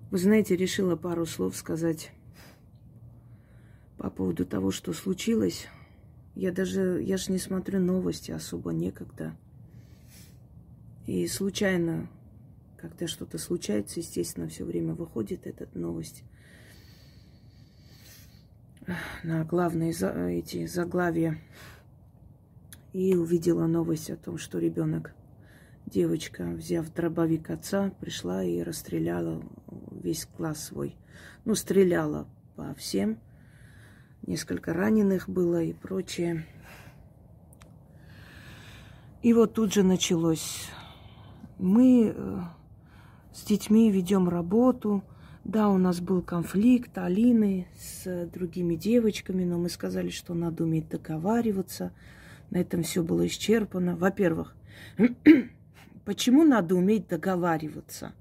Вы знаете, решила пару слов сказать по поводу того, что случилось. Я же не смотрю новости, особо некогда. И случайно, когда что-то случается, естественно, все время выходит эта новость на главные эти заглавия. И увидела новость о том, что ребенок, девочка, взяв дробовик отца, пришла и расстреляла весь класс свой. Ну, стреляла по всем. Несколько раненых было и прочее. И вот тут же началось. Мы с детьми ведем работу. Да, у нас был конфликт Алины с другими девочками, но мы сказали, что надо уметь договариваться. На этом все было исчерпано. Во-первых, почему надо уметь договариваться?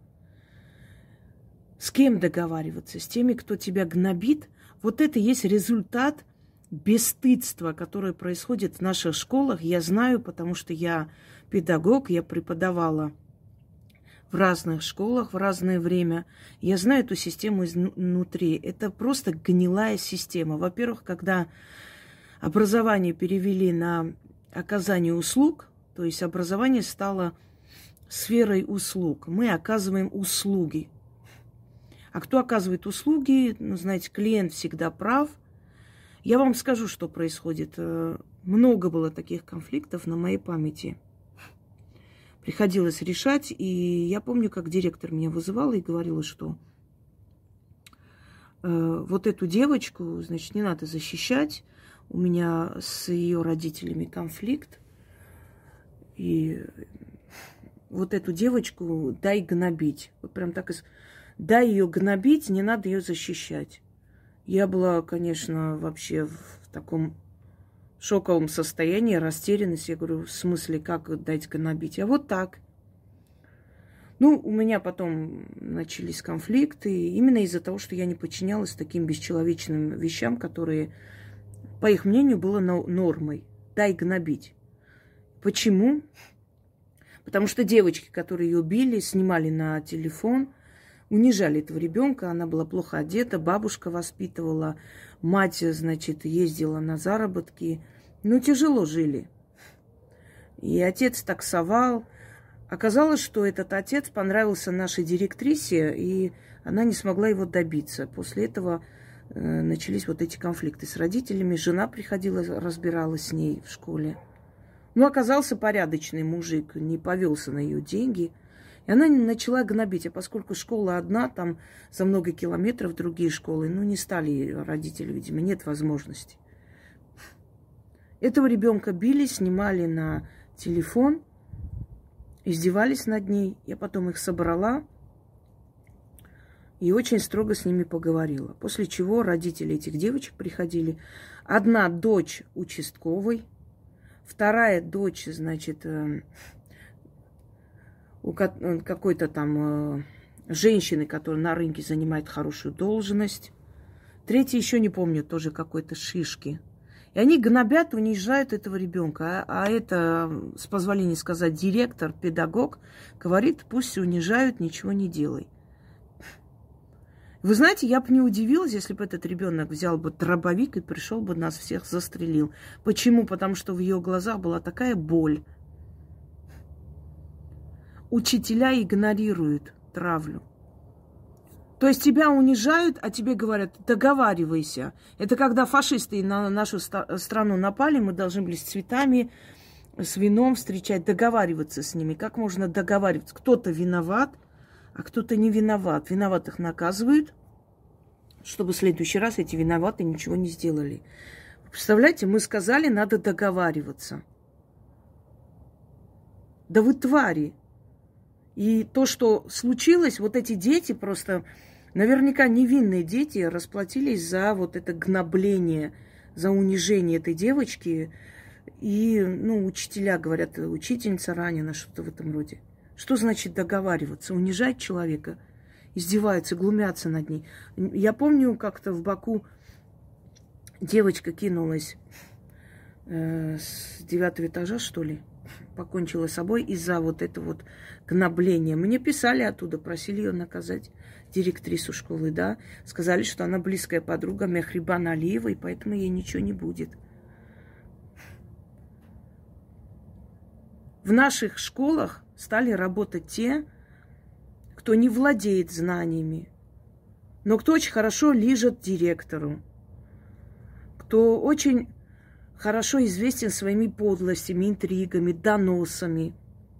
С кем договариваться? С теми, кто тебя гнобит? Вот это есть результат бесстыдства, которое происходит в наших школах. Я знаю, потому что я педагог, я преподавала в разных школах в разное время. Я знаю эту систему изнутри. Это просто гнилая система. Во-первых, когда образование перевели на оказание услуг, то есть образование стало сферой услуг. Мы оказываем услуги. А кто оказывает услуги, ну, знаете, клиент всегда прав. Я вам скажу, что происходит. Много было таких конфликтов на моей памяти. Приходилось решать, и я помню, как директор меня вызывала и говорила, что вот эту девочку, значит, не надо защищать. У меня с ее родителями конфликт. И вот эту девочку дай гнобить. Вот прям так и... Дай ее гнобить, не надо ее защищать. Я была, конечно, вообще в таком шоковом состоянии, растерянности. Я говорю, в смысле, как дать гнобить? А вот так. Ну, у меня потом начались конфликты. Именно из-за того, что я не подчинялась таким бесчеловечным вещам, которые, по их мнению, было нормой. Дай гнобить. Почему? Потому что девочки, которые ее били, снимали на телефон, унижали этого ребенка, она была плохо одета, бабушка воспитывала, мать, значит, ездила на заработки. Ну, тяжело жили. И отец таксовал. Оказалось, что этот отец понравился нашей директрисе, и она не смогла его добиться. После этого начались вот эти конфликты с родителями. Жена приходила, разбиралась с ней в школе. Ну, оказался порядочный мужик, не повелся на ее деньги. И она начала гнобить. А поскольку школа одна, там за много километров другие школы, ну, не стали родители, видимо, нет возможности. Этого ребенка били, снимали на телефон, издевались над ней. Я потом их собрала и очень строго с ними поговорила. После чего родители этих девочек приходили. Одна дочь участковой, вторая дочь, значит, у какой-то там женщины, которая на рынке занимает хорошую должность. Третья еще не помню, тоже какой-то шишки. И они гнобят, унижают этого ребенка. А это, с позволения сказать, директор, педагог, говорит, пусть унижают, ничего не делай. Вы знаете, я бы не удивилась, если бы этот ребенок взял бы дробовик и пришел бы нас всех застрелил. Почему? Потому что в ее глазах была такая боль. Учителя игнорируют травлю. То есть тебя унижают, а тебе говорят, договаривайся. Это когда фашисты на нашу страну напали, мы должны были с цветами, с вином встречать, договариваться с ними. Как можно договариваться? Кто-то виноват, а кто-то не виноват. Виноватых наказывают, чтобы в следующий раз эти виноватые ничего не сделали. Представляете, мы сказали, надо договариваться. Да вы твари. И то, что случилось, вот эти дети просто, наверняка невинные дети, расплатились за вот это гнобление, за унижение этой девочки. И, ну, учителя говорят, учительница ранена, что-то в этом роде. Что значит договариваться? Унижать человека, издеваются, глумятся над ней. Я помню, как-то в Баку девочка кинулась с 9-го этажа, что ли, покончила с собой из-за вот этого вот гнобления. Мне писали оттуда, просили ее наказать, директрису школы, да. Сказали, что она близкая подруга Мехрибана Алиева, и поэтому ей ничего не будет. В наших школах стали работать те, кто не владеет знаниями, но кто очень хорошо лижет директору, кто очень хорошо известен своими подлостями, интригами, доносами.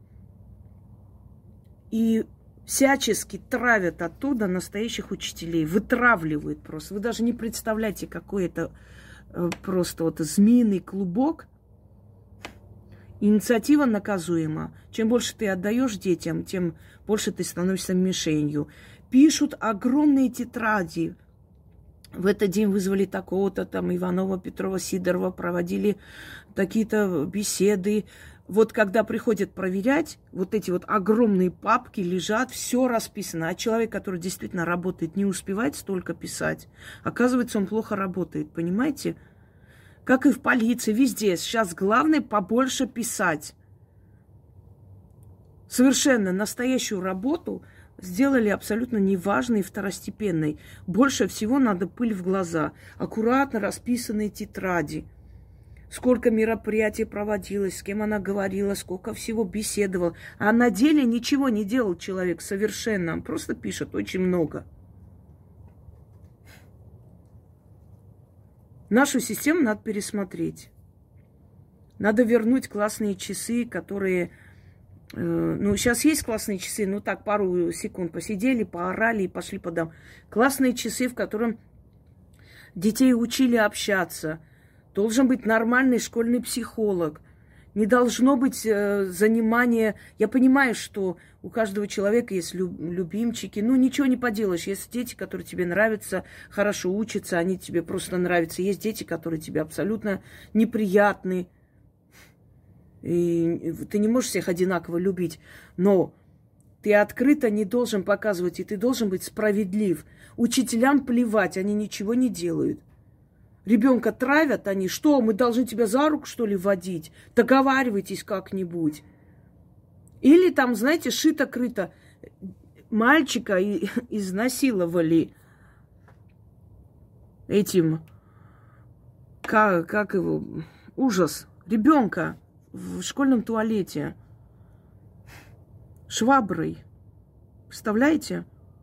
И всячески травят оттуда настоящих учителей, вытравливают просто. Вы даже не представляете, какой это просто вот змеиный клубок. Инициатива наказуема. Чем больше ты отдаешь детям, тем больше ты становишься мишенью. Пишут огромные тетради. В этот день вызвали такого-то, там, Иванова, Петрова, Сидорова, проводили какие-то беседы. Вот когда приходят проверять, вот эти вот огромные папки лежат, все расписано. А человек, который действительно работает, не успевает столько писать. Оказывается, он плохо работает, понимаете? Как и в полиции, везде. Сейчас главное побольше писать. Совершенно настоящую работу сделали абсолютно неважной и второстепенной. Больше всего надо пыль в глаза. Аккуратно расписанные тетради. Сколько мероприятий проводилось, с кем она говорила, сколько всего беседовал. А на деле ничего не делал человек совершенно. Он просто пишет очень много. Нашу систему надо пересмотреть. Надо вернуть классные часы, которые... сейчас есть классные часы, так, пару секунд посидели, поорали и пошли по домам. Классные часы, в котором детей учили общаться. Должен быть нормальный школьный психолог. Не должно быть занимания... Я понимаю, что у каждого человека есть любимчики. Ничего не поделаешь. Есть дети, которые тебе нравятся, хорошо учатся, они тебе просто нравятся. Есть дети, которые тебе абсолютно неприятны. И ты не можешь всех одинаково любить. Но ты открыто не должен показывать, и ты должен быть справедлив. Учителям плевать, они ничего не делают. Ребенка травят они. Что, мы должны тебя за руку, что ли, водить? Договаривайтесь как-нибудь. Или там, знаете, шито-крыто. Мальчика изнасиловали этим, как его, ужас, ребенка в школьном туалете шваброй. Представляете?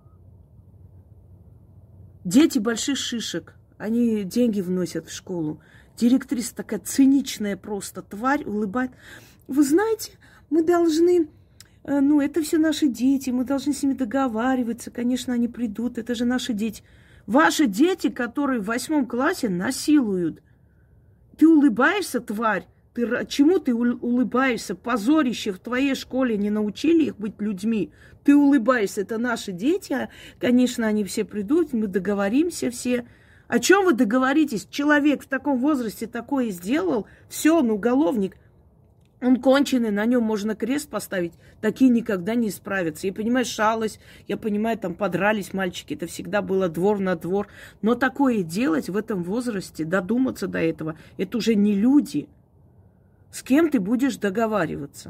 Дети больших шишек. Они деньги вносят в школу. Директриса такая циничная просто тварь, улыбает. Вы знаете, мы должны... это все наши дети, мы должны с ними договариваться. Конечно, они придут, это же наши дети. Ваши дети, которые в 8 классе насилуют. Ты улыбаешься, тварь? Чему ты улыбаешься? Позорище, в твоей школе не научили их быть людьми. Ты улыбаешься, это наши дети. Конечно, они все придут, мы договоримся все. О чем вы договоритесь? Человек в таком возрасте такое сделал, все, он уголовник. Он конченый, на нем можно крест поставить. Такие никогда не справятся. Я понимаю, шалость, я понимаю, там подрались мальчики. Это всегда было двор на двор. Но такое делать в этом возрасте, додуматься до этого, это уже не люди. С кем ты будешь договариваться?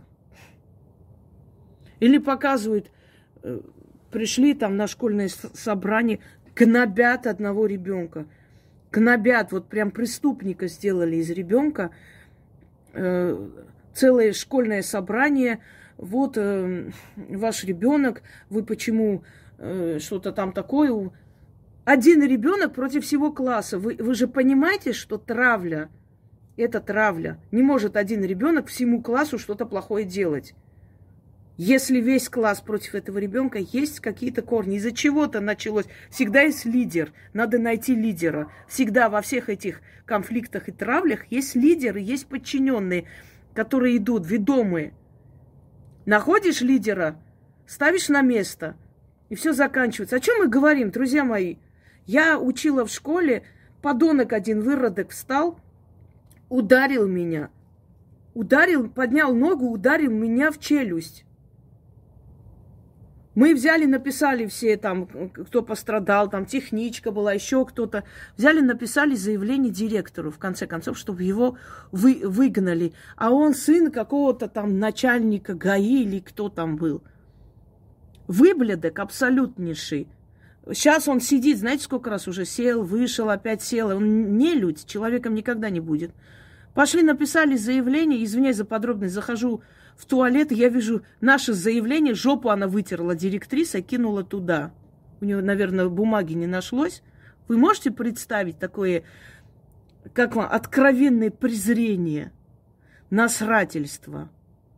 Или показывают, пришли там на школьное собрание, гнобят одного ребенка. Гнобят, вот прям преступника сделали из ребенка. Целое школьное собрание. Вот ваш ребенок, вы почему что-то там такое? Один ребенок против всего класса. Вы же понимаете, что травля, это травля. Не может один ребенок всему классу что-то плохое делать. Если весь класс против этого ребенка, есть какие-то корни. Из-за чего-то началось. Всегда есть лидер. Надо найти лидера. Всегда во всех этих конфликтах и травлях есть лидеры, есть подчиненные, которые идут, ведомые. Находишь лидера, ставишь на место, и все заканчивается. О чем мы говорим, друзья мои? Я учила в школе, подонок один, выродок, встал, ударил меня. Ударил, поднял ногу, ударил меня в челюсть. Мы взяли, написали все там, кто пострадал, там техничка была, еще кто-то. Взяли, написали заявление директору, в конце концов, чтобы его выгнали. А он сын какого-то там начальника ГАИ или кто там был. Выблядок абсолютнейший. Сейчас он сидит, знаете, сколько раз уже сел, вышел, опять сел. Он не людь, человеком никогда не будет. Пошли, написали заявление, извиняюсь за подробность, захожу в туалет, и я вижу наше заявление, жопу она вытерла, директриса, кинула туда. У нее, наверное, бумаги не нашлось. Вы можете представить такое, как вам, откровенное презрение, насрательство?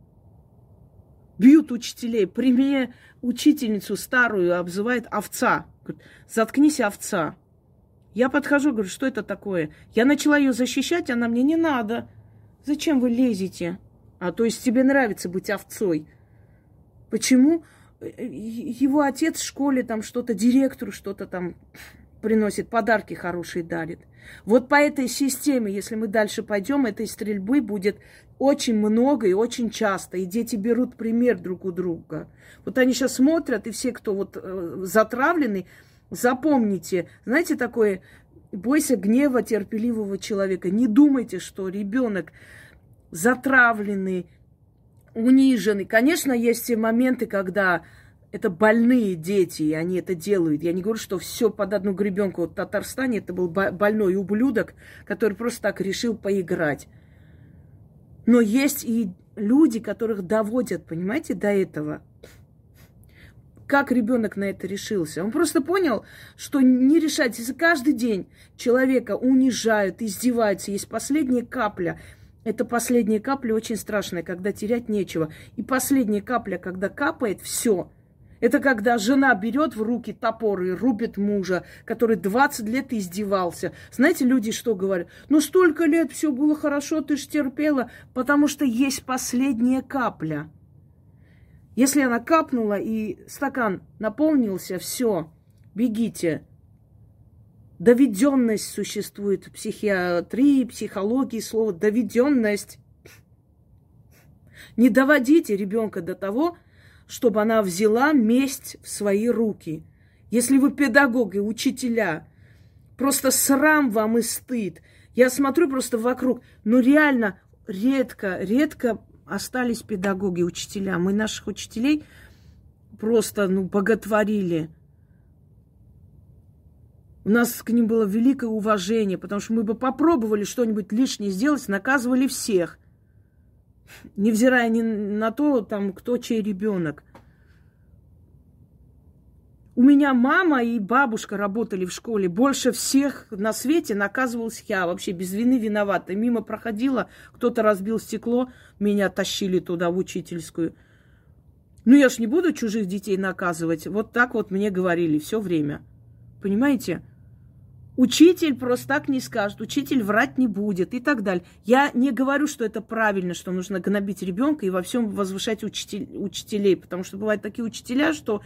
Бьют учителей. При мне учительницу старую обзывает овца. Говорит, заткнись, овца. Я подхожу, говорю, что это такое? Я начала ее защищать, она мне не надо. Зачем вы лезете? А то есть тебе нравится быть овцой. Почему? Его отец в школе там что-то, директору что-то там приносит, подарки хорошие дарит. Вот по этой системе, если мы дальше пойдем, этой стрельбы будет очень много и очень часто. И дети берут пример друг у друга. Вот они сейчас смотрят, и все, кто вот затравлены, запомните, знаете, такое, бойся гнева терпеливого человека. Не думайте, что ребенок затравленный, униженный. Конечно, есть моменты, когда это больные дети, и они это делают. Я не говорю, что все под одну гребенку. Вот в Татарстане это был больной ублюдок, который просто так решил поиграть. Но есть и люди, которых доводят, понимаете, до этого. Как ребенок на это решился? Он просто понял, что не решать. Если каждый день человека унижают, издеваются, есть последняя капля. Это последняя капля очень страшная, когда терять нечего. И последняя капля, когда капает, все. Это когда жена берет в руки топор и рубит мужа, который 20 лет издевался. Знаете, люди что говорят? Ну, столько лет все было хорошо, ты ж терпела, потому что есть последняя капля. Если она капнула и стакан наполнился, все, бегите. Доведенность существует в психиатрии, психологии, слово доведенность. Не доводите ребенка до того, чтобы она взяла месть в свои руки. Если вы педагог и учителя, просто срам вам и стыд. Я смотрю просто вокруг, но реально редко остались педагоги, учителя. Мы наших учителей просто, боготворили. У нас к ним было великое уважение, потому что мы бы попробовали что-нибудь лишнее сделать, наказывали всех. Невзирая ни на то, там, кто чей ребенок. У меня мама и бабушка работали в школе. Больше всех на свете наказывалась я. Вообще без вины виновата. Мимо проходила, кто-то разбил стекло, меня тащили туда, в учительскую. Я ж не буду чужих детей наказывать. Вот так вот мне говорили все время. Понимаете? Учитель просто так не скажет, учитель врать не будет и так далее. Я не говорю, что это правильно, что нужно гнобить ребенка и во всем возвышать учителей, потому что бывают такие учителя, что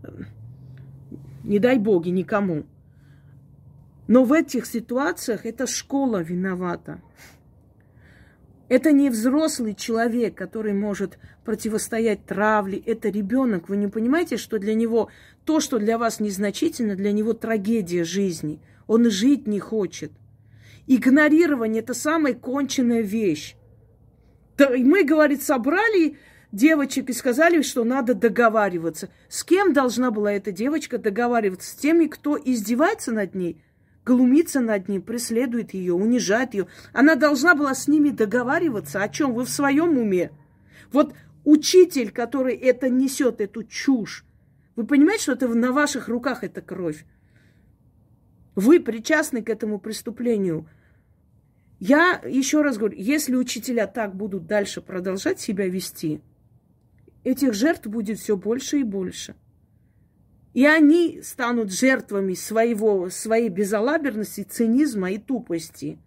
не дай боги никому. Но в этих ситуациях это школа виновата. Это не взрослый человек, который может противостоять травле. Это ребенок. Вы не понимаете, что для него то, что для вас незначительно, для него трагедия жизни. Он и жить не хочет. Игнорирование – это самая конченная вещь. Мы, говорит, собрали девочек и сказали, что надо договариваться. С кем должна была эта девочка договариваться? С теми, кто издевается над ней, глумится над ней, преследует ее, унижает ее. Она должна была с ними договариваться. О чем? Вы в своем уме? Вот учитель, который это несет, эту чушь, вы понимаете, что это на ваших руках эта кровь? Вы причастны к этому преступлению. Я еще раз говорю, если учителя так будут дальше продолжать себя вести, этих жертв будет все больше и больше. И они станут жертвами своей безалаберности, цинизма и тупости.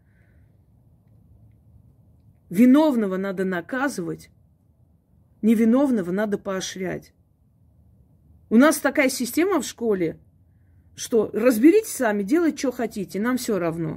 Виновного надо наказывать, невиновного надо поощрять. У нас такая система в школе, что разберитесь сами, делайте, что хотите, нам все равно.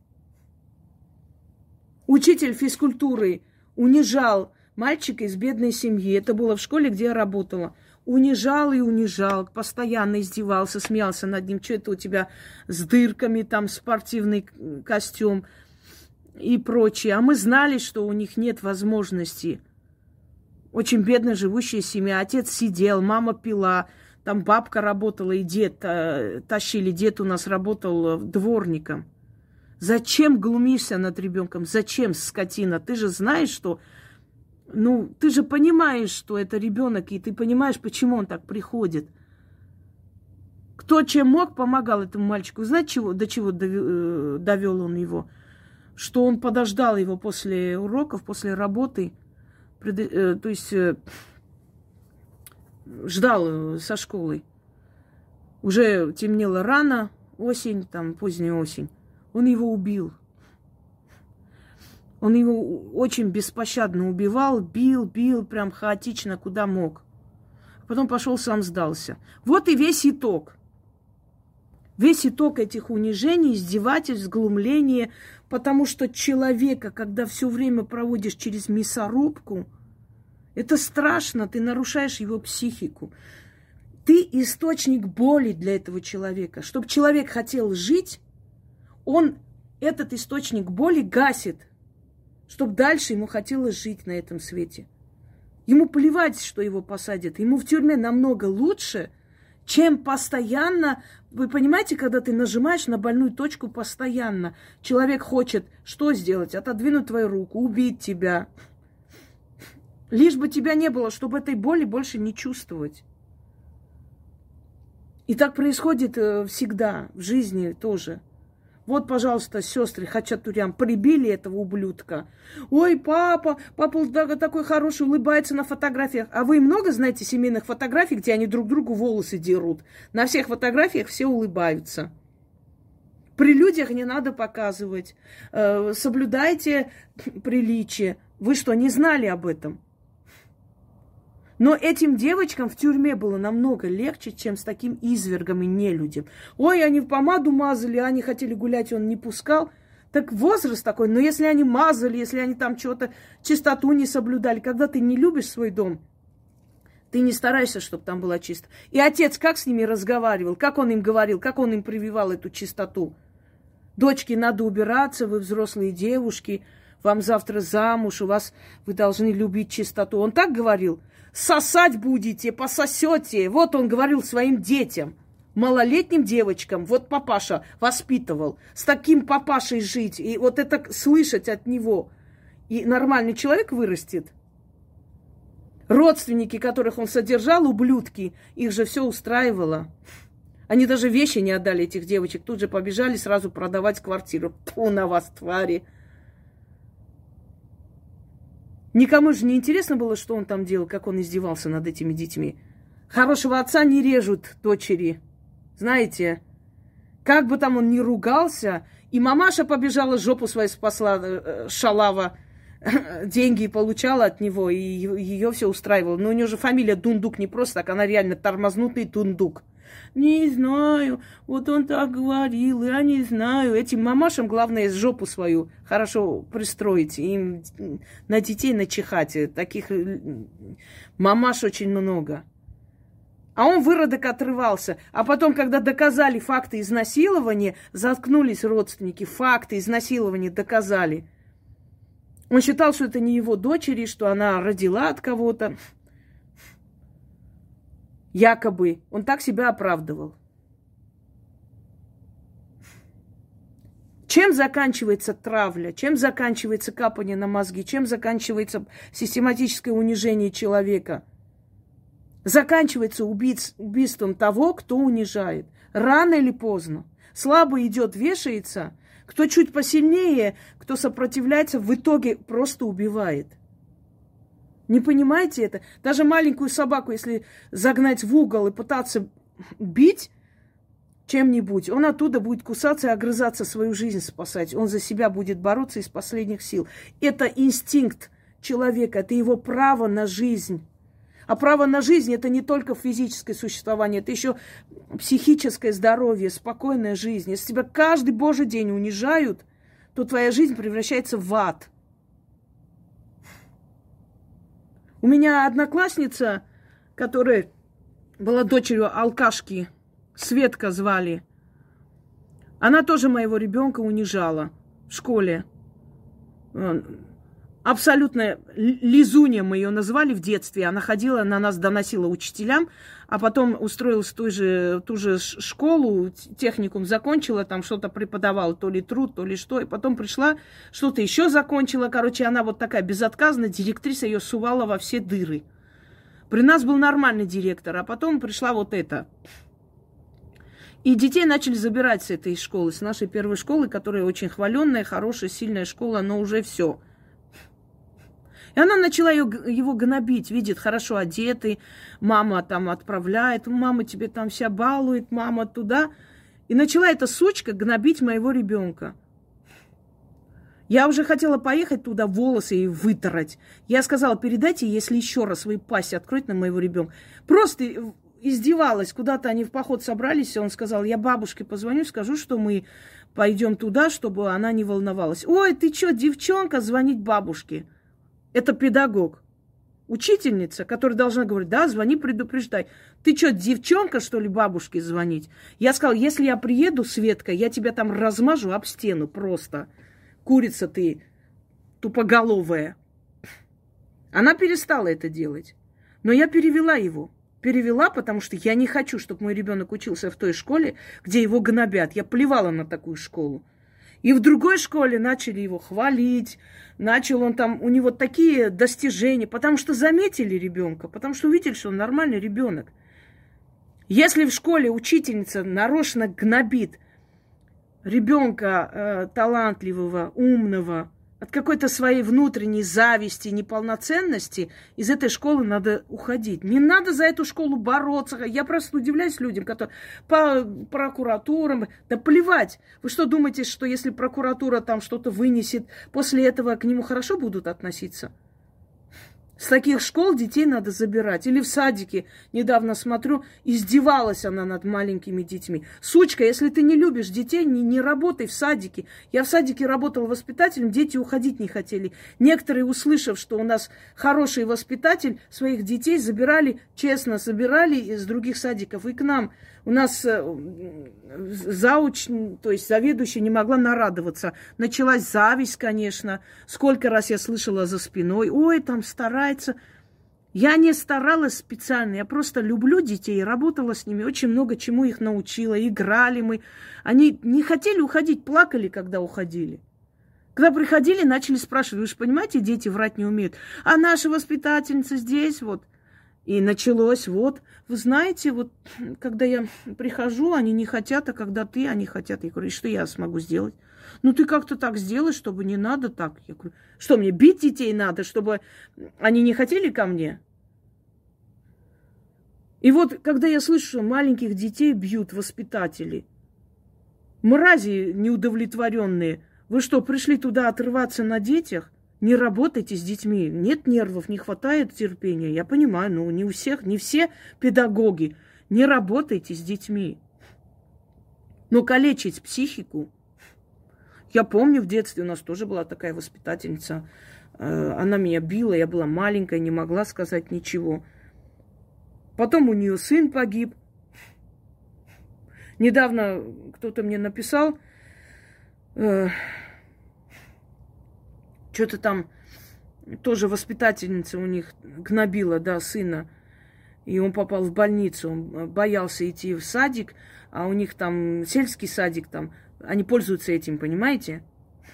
Учитель физкультуры унижал мальчика из бедной семьи. Это было в школе, где я работала. унижал и унижал, постоянно издевался, смеялся над ним. Что это у тебя с дырками, там спортивный костюм и прочее. А мы знали, что у них нет возможности. Очень бедно живущая семья. Отец сидел, мама пила, там бабка работала и дед тащили. Дед у нас работал дворником. Зачем глумишься над ребенком? Зачем, скотина? Ты же знаешь, что... Ну, ты же понимаешь, что это ребенок, и ты понимаешь, почему он так приходит. Кто чем мог, помогал этому мальчику. Знаете, до чего довел он его? Что он подождал его после уроков, после работы, то есть ждал со школы. Уже темнело рано, осень, там поздняя осень. Он его убил. Он его очень беспощадно убивал, бил, прям хаотично, куда мог. А потом пошел, сам сдался. Вот и весь итог. Весь итог этих унижений, издевательств, глумления. Потому что человека, когда все время проводишь через мясорубку, это страшно, ты нарушаешь его психику. Ты источник боли для этого человека. Чтобы человек хотел жить, он этот источник боли гасит, чтобы дальше ему хотелось жить на этом свете. Ему плевать, что его посадят. Ему в тюрьме намного лучше, чем постоянно... Вы понимаете, когда ты нажимаешь на больную точку постоянно, человек хочет что сделать? Отодвинуть твою руку, убить тебя. Лишь бы тебя не было, чтобы этой боли больше не чувствовать. И так происходит всегда, в жизни тоже. Вот, пожалуйста, сестры Хачатурян прибили этого ублюдка. Ой, папа такой хороший, улыбается на фотографиях. А вы много знаете семейных фотографий, где они друг другу волосы дерут? На всех фотографиях все улыбаются. При людях не надо показывать. Соблюдайте приличие. Вы что, не знали об этом? Но этим девочкам в тюрьме было намного легче, чем с таким извергом и нелюдем. Ой, они в помаду мазали, они хотели гулять, он не пускал. Так возраст такой, но если они мазали, если они там что-то, чистоту не соблюдали, когда ты не любишь свой дом, ты не стараешься, чтобы там было чисто. И отец как с ними разговаривал, как он им говорил, как он им прививал эту чистоту. Дочки, надо убираться, вы взрослые девушки, вам завтра замуж, вы должны любить чистоту. Он так говорил? Сосать будете, пососете. Вот он говорил своим детям, малолетним девочкам. Вот папаша воспитывал. С таким папашей жить. И вот это слышать от него. И нормальный человек вырастет. Родственники, которых он содержал, ублюдки, их же все устраивало. Они даже вещи не отдали этих девочек. Тут же побежали сразу продавать квартиру. Тьфу на вас, твари. Никому же не интересно было, что он там делал, как он издевался над этими детьми. Хорошего отца не режут дочери. Знаете, как бы там он ни ругался, и мамаша побежала, жопу свою спасла, шалава, деньги получала от него, и ее все устраивало. Но у нее же фамилия Дундук не просто так, она реально тормознутый Дундук. Не знаю, вот он так говорил, я не знаю. Этим мамашам главное жопу свою хорошо пристроить, им на детей начихать. Таких мамаш очень много. А он, выродок, отрывался. А потом, когда доказали факты изнасилования, заткнулись родственники, факты изнасилования доказали. Он считал, что это не его дочери, что она родила от кого-то. Якобы. Он так себя оправдывал. Чем заканчивается травля? Чем заканчивается капание на мозги? Чем заканчивается систематическое унижение человека? Заканчивается убийством того, кто унижает. Рано или поздно. Слабый идет, вешается. Кто чуть посильнее, кто сопротивляется, в итоге просто убивает. Не понимаете это? Даже маленькую собаку, если загнать в угол и пытаться бить чем-нибудь, он оттуда будет кусаться и огрызаться, свою жизнь спасать. Он за себя будет бороться из последних сил. Это инстинкт человека, это его право на жизнь. А право на жизнь – это не только физическое существование, это еще психическое здоровье, спокойная жизнь. Если тебя каждый божий день унижают, то твоя жизнь превращается в ад. У меня одноклассница, которая была дочерью алкашки, Светка звали. Она тоже моего ребенка унижала в школе. Абсолютно лизунья мы ее назвали в детстве. Она ходила, на нас доносила учителям, а потом устроилась в ту же школу, техникум закончила, там что-то преподавала, то ли труд, то ли что. И потом пришла, что-то еще закончила. Короче, она вот такая безотказная, директриса ее сувала во все дыры. При нас был нормальный директор, а потом пришла вот эта. И детей начали забирать с этой школы, с нашей первой школы, которая очень хваленная, хорошая, сильная школа, но уже все. И она начала его гнобить, видит, хорошо одетый, мама там отправляет, мама тебе там вся балует, мама туда. И начала эта сучка гнобить моего ребенка. Я уже хотела поехать туда, волосы ей вытороть. Я сказала, передайте, если еще раз вы пасть откроете на моего ребенка. Просто издевалась, куда-то они в поход собрались, и он сказал, я бабушке позвоню, скажу, что мы пойдем туда, чтобы она не волновалась. Ой, ты что, девчонка, звонить бабушке? Это педагог. Учительница, которая должна говорить, да, звони, предупреждай. Ты что, девчонка, что ли, бабушке звонить? Я сказала, если я приеду, Светка, я тебя там размажу об стену просто. Курица ты тупоголовая. Она перестала это делать. Но я перевела его. Перевела, потому что я не хочу, чтобы мой ребенок учился в той школе, где его гнобят. Я плевала на такую школу. И в другой школе начали его хвалить, начал он там, у него такие достижения, потому что заметили ребенка, потому что увидели, что он нормальный ребенок. Если в школе учительница нарочно гнобит ребенка талантливого, умного, от какой-то своей внутренней зависти, неполноценности, из этой школы надо уходить. Не надо за эту школу бороться. Я просто удивляюсь людям, которые по прокуратурам. Да плевать. Вы что думаете, что если прокуратура там что-то вынесет, после этого к нему хорошо будут относиться? С таких школ детей надо забирать. Или в садике, недавно смотрю, издевалась она над маленькими детьми. Сучка, если ты не любишь детей, не работай в садике. Я в садике работала воспитателем, дети уходить не хотели. Некоторые, услышав, что у нас хороший воспитатель, своих детей забирали, честно, забирали из других садиков и к нам. У нас зауч, то есть заведующая, не могла нарадоваться. Началась зависть, конечно. Сколько раз я слышала за спиной. Ой, там старается. Я не старалась специально. Я просто люблю детей. Работала с ними. Очень много чему их научила. Играли мы. Они не хотели уходить, плакали, когда уходили. Когда приходили, начали спрашивать. Вы же понимаете, дети врать не умеют. А наша воспитательница здесь вот. И началось вот, вы знаете, вот когда я прихожу, они не хотят, а когда ты, они хотят. Я говорю, и что я смогу сделать? Ну, ты как-то так сделай, чтобы не надо так. Я говорю, что мне, бить детей надо, чтобы они не хотели ко мне? И вот, когда я слышу, что маленьких детей бьют воспитатели, мрази неудовлетворенные, вы что, пришли туда отрываться на детях? Не работайте с детьми. Нет нервов, не хватает терпения. Я понимаю, но не у всех, не все педагоги. Не работайте с детьми. Но калечить психику. Я помню, в детстве у нас тоже была такая воспитательница. Она меня била, я была маленькая, не могла сказать ничего. Потом у нее сын погиб. Недавно кто-то мне написал... Что-то там тоже воспитательница у них гнобила, да, сына. И он попал в больницу. Он боялся идти в садик, а у них там сельский садик там. Они пользуются этим, понимаете?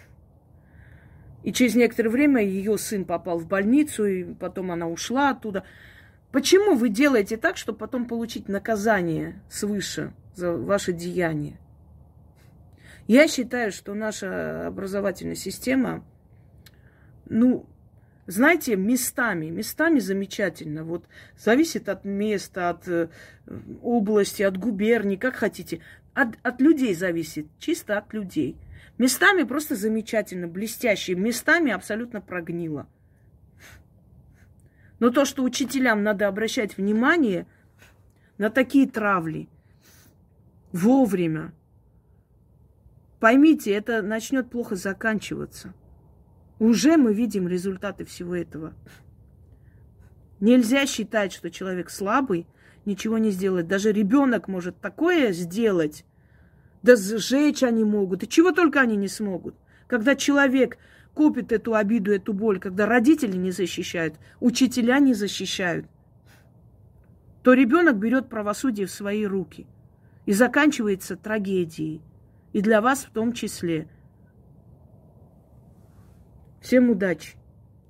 И через некоторое время ее сын попал в больницу, и потом она ушла оттуда. Почему вы делаете так, чтобы потом получить наказание свыше за ваше деяние? Я считаю, что наша образовательная система... Ну, знаете, местами замечательно. Вот зависит от места, от области, от губернии, как хотите. От людей зависит, чисто от людей. Местами просто замечательно, блестящие, местами абсолютно прогнило. Но то, что учителям надо обращать внимание на такие травли вовремя, поймите, это начнет плохо заканчиваться. Уже мы видим результаты всего этого. Нельзя считать, что человек слабый. ничего не сделать. Даже ребенок может такое сделать, да сжечь они могут, и чего только они не смогут. Когда человек копит эту обиду, эту боль, когда родители не защищают, учителя не защищают, то ребенок берет правосудие в свои руки. И заканчивается трагедией. И для вас в том числе. Всем удачи!